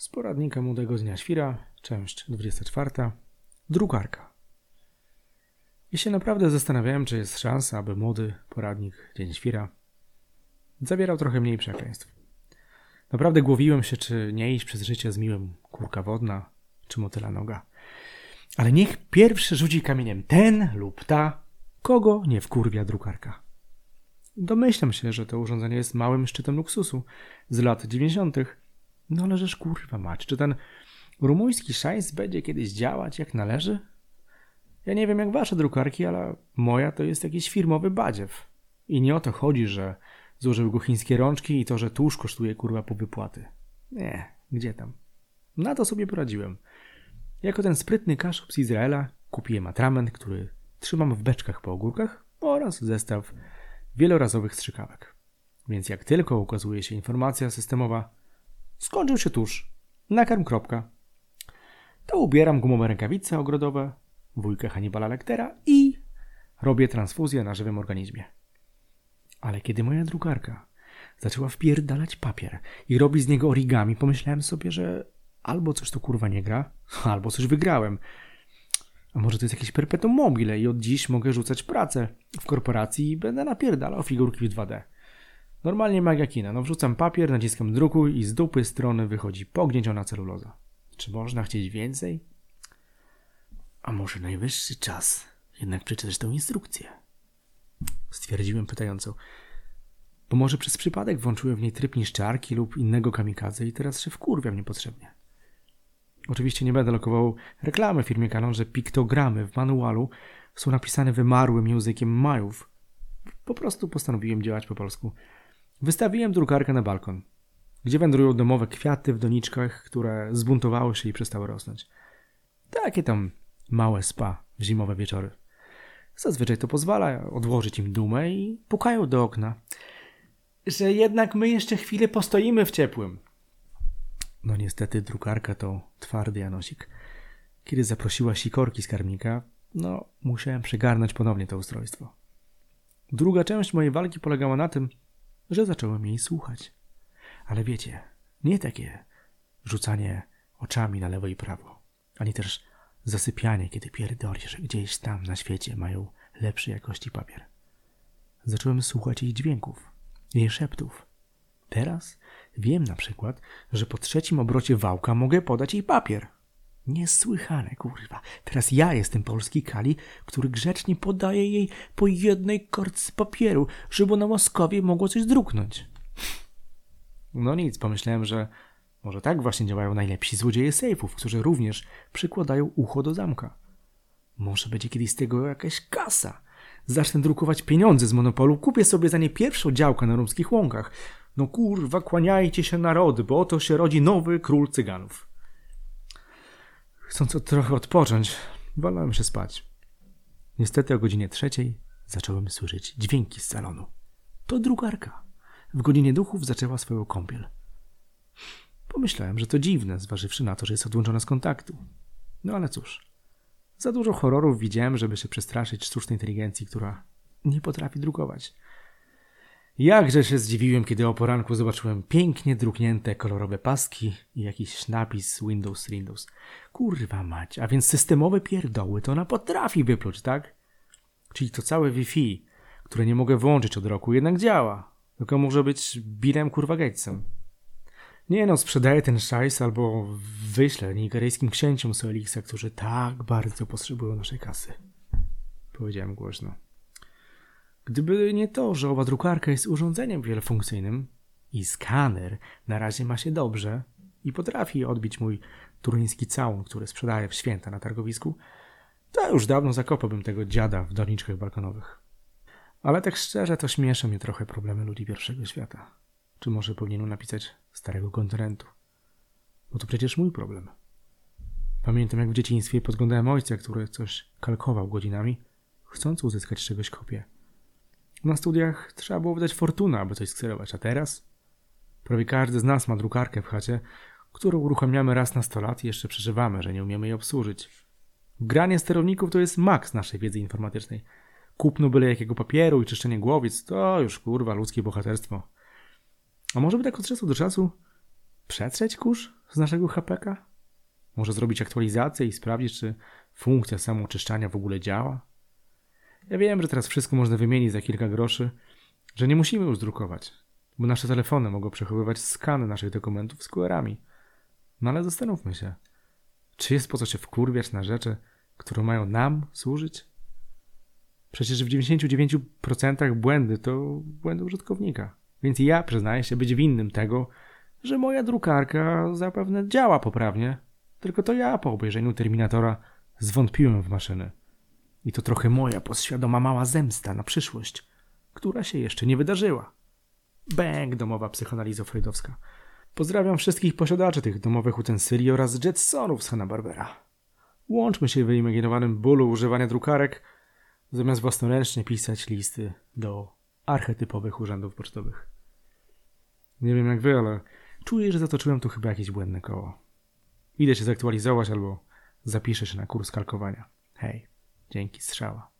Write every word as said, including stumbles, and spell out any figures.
Z poradnika Młodego Dnia Świra, część dwudziesta czwarta. Drukarka. I się naprawdę zastanawiałem, czy jest szansa, aby młody poradnik Dzień Świra zawierał trochę mniej przekleństw. Naprawdę głowiłem się, czy nie iść przez życie z miłym kurka wodna, czy motyla noga. Ale niech pierwszy rzuci kamieniem ten lub ta, kogo nie wkurwia drukarka. Domyślam się, że to urządzenie jest małym szczytem luksusu z lat dziewięćdziesiątych. No ale żeż kurwa mać, czy ten rumuński szajs będzie kiedyś działać jak należy? Ja nie wiem jak wasze drukarki, ale moja to jest jakiś firmowy badziew. I nie o to chodzi, że zużył go chińskie rączki i to, że tusz kosztuje kurwa po wypłaty. Nie, gdzie tam. Na to sobie poradziłem. Jako ten sprytny kaszub z Izraela kupiłem atrament, który trzymam w beczkach po ogórkach oraz zestaw wielorazowych strzykawek. Więc jak tylko ukazuje się informacja systemowa, skończył się tusz, nakarm kropka, to ubieram gumowe rękawice ogrodowe, wujkę Hannibala Lectera i robię transfuzję na żywym organizmie. Ale kiedy moja drukarka zaczęła wpierdalać papier i robić z niego origami, pomyślałem sobie, że albo coś tu kurwa nie gra, albo coś wygrałem. A może to jest jakieś perpetuum mobile i od dziś mogę rzucać pracę w korporacji i będę napierdalał figurki w dwa D. Normalnie magia kina. No wrzucam papier, naciskam drukuj i z dupy strony wychodzi pognieciona celuloza. Czy można chcieć więcej? A może najwyższy czas jednak przeczytać tę instrukcję? Stwierdziłem pytająco. Bo może przez przypadek włączyłem w niej tryb niszczarki lub innego kamikadze i teraz się wkurwiam niepotrzebnie. Oczywiście nie będę lokował reklamy w firmie Canon, że piktogramy w manualu są napisane wymarłym językiem Majów. Po prostu postanowiłem działać po polsku. Wystawiłem drukarkę na balkon, gdzie wędrują domowe kwiaty w doniczkach, które zbuntowały się i przestały rosnąć. Takie tam małe spa w zimowe wieczory. Zazwyczaj to pozwala odłożyć im dumę i pukają do okna, że jednak my jeszcze chwilę postoimy w ciepłym. No niestety drukarka to twardy Janosik. Kiedy zaprosiła sikorki z karmnika, no musiałem przygarnąć ponownie to ustrojstwo. Druga część mojej walki polegała na tym, że zacząłem jej słuchać. Ale wiecie, nie takie rzucanie oczami na lewo i prawo, ani też zasypianie, kiedy pierdoli, że gdzieś tam na świecie mają lepszej jakości papier. Zacząłem słuchać jej dźwięków, jej szeptów. Teraz wiem na przykład, że po trzecim obrocie wałka mogę podać jej papier. Niesłychane, kurwa. Teraz ja jestem polski Kali, który grzecznie podaje jej po jednej kortce papieru, żeby na Moskowie mogło coś druknąć. No nic, pomyślałem, że może tak właśnie działają najlepsi złodzieje sejfów, którzy również przykładają ucho do zamka. Może będzie kiedyś z tego jakaś kasa. Zacznę drukować pieniądze z monopolu, kupię sobie za nie pierwszą działkę na rumskich łąkach. No kurwa, kłaniajcie się narody, bo oto się rodzi nowy król cyganów. Chcąc trochę odpocząć, wolałem się spać. Niestety o godzinie trzeciej zacząłem słyszeć dźwięki z salonu. To drukarka. W godzinie duchów zaczęła swoją kąpiel. Pomyślałem, że to dziwne, zważywszy na to, że jest odłączona z kontaktu. No ale cóż, za dużo horrorów widziałem, żeby się przestraszyć sztucznej inteligencji, która nie potrafi drukować. Jakże się zdziwiłem, kiedy o poranku zobaczyłem pięknie druknięte kolorowe paski i jakiś napis Windows Windows. Kurwa mać, a więc systemowe pierdoły to ona potrafi wypluć, tak? Czyli to całe Wi-Fi, które nie mogę włączyć od roku, jednak działa. Tylko może być Billem kurwa Gatesem. Nie no, sprzedaję ten szajs albo wyślę nigeryjskim księciom z Elixa, którzy tak bardzo potrzebują naszej kasy. Powiedziałem głośno. Gdyby nie to, że owa drukarka jest urządzeniem wielofunkcyjnym i skaner na razie ma się dobrze i potrafi odbić mój turyński całun, który sprzedaję w święta na targowisku, to już dawno zakopałbym tego dziada w doniczkach balkonowych. Ale tak szczerze to śmieszy mnie trochę problemy ludzi pierwszego świata. Czy może powinienem napisać starego kontynentu? Bo to przecież mój problem. Pamiętam jak w dzieciństwie podglądałem ojca, który coś kalkował godzinami, chcąc uzyskać z czegoś kopię. Na studiach trzeba było wydać fortunę, aby coś skserować, a teraz? Prawie każdy z nas ma drukarkę w chacie, którą uruchamiamy raz na sto lat i jeszcze przeżywamy, że nie umiemy jej obsłużyć. Granie sterowników to jest maks naszej wiedzy informatycznej. Kupno byle jakiego papieru i czyszczenie głowic to już kurwa ludzkie bohaterstwo. A może by tak od czasu do czasu Przetrzeć kurz z naszego H P ka? Może zrobić aktualizację i sprawdzić, czy funkcja samooczyszczania w ogóle działa? Ja wiem, że teraz wszystko można wymienić za kilka groszy, że nie musimy już drukować, bo nasze telefony mogą przechowywać skany naszych dokumentów z Q R-ami. No ale zastanówmy się, czy jest po co się wkurwiać na rzeczy, które mają nam służyć? Przecież w dziewięćdziesięciu dziewięciu procentach błędy to błędy użytkownika. Więc ja przyznaję się być winnym tego, że moja drukarka zapewne działa poprawnie, tylko to ja po obejrzeniu Terminatora zwątpiłem w maszyny. I to trochę moja podświadoma mała zemsta na przyszłość, która się jeszcze nie wydarzyła. Bęk, domowa psychoanaliza freudowska. Pozdrawiam wszystkich posiadaczy tych domowych utensyli oraz Jetsonów z Hanna-Barbera. Łączmy się w wyimaginowanym bólu używania drukarek, zamiast własnoręcznie pisać listy do archetypowych urzędów pocztowych. Nie wiem jak wy, ale czuję, że zatoczyłem tu chyba jakieś błędne koło. Idę się zaktualizować albo zapiszę się na kurs kalkowania. Hej, dzięki, strzała.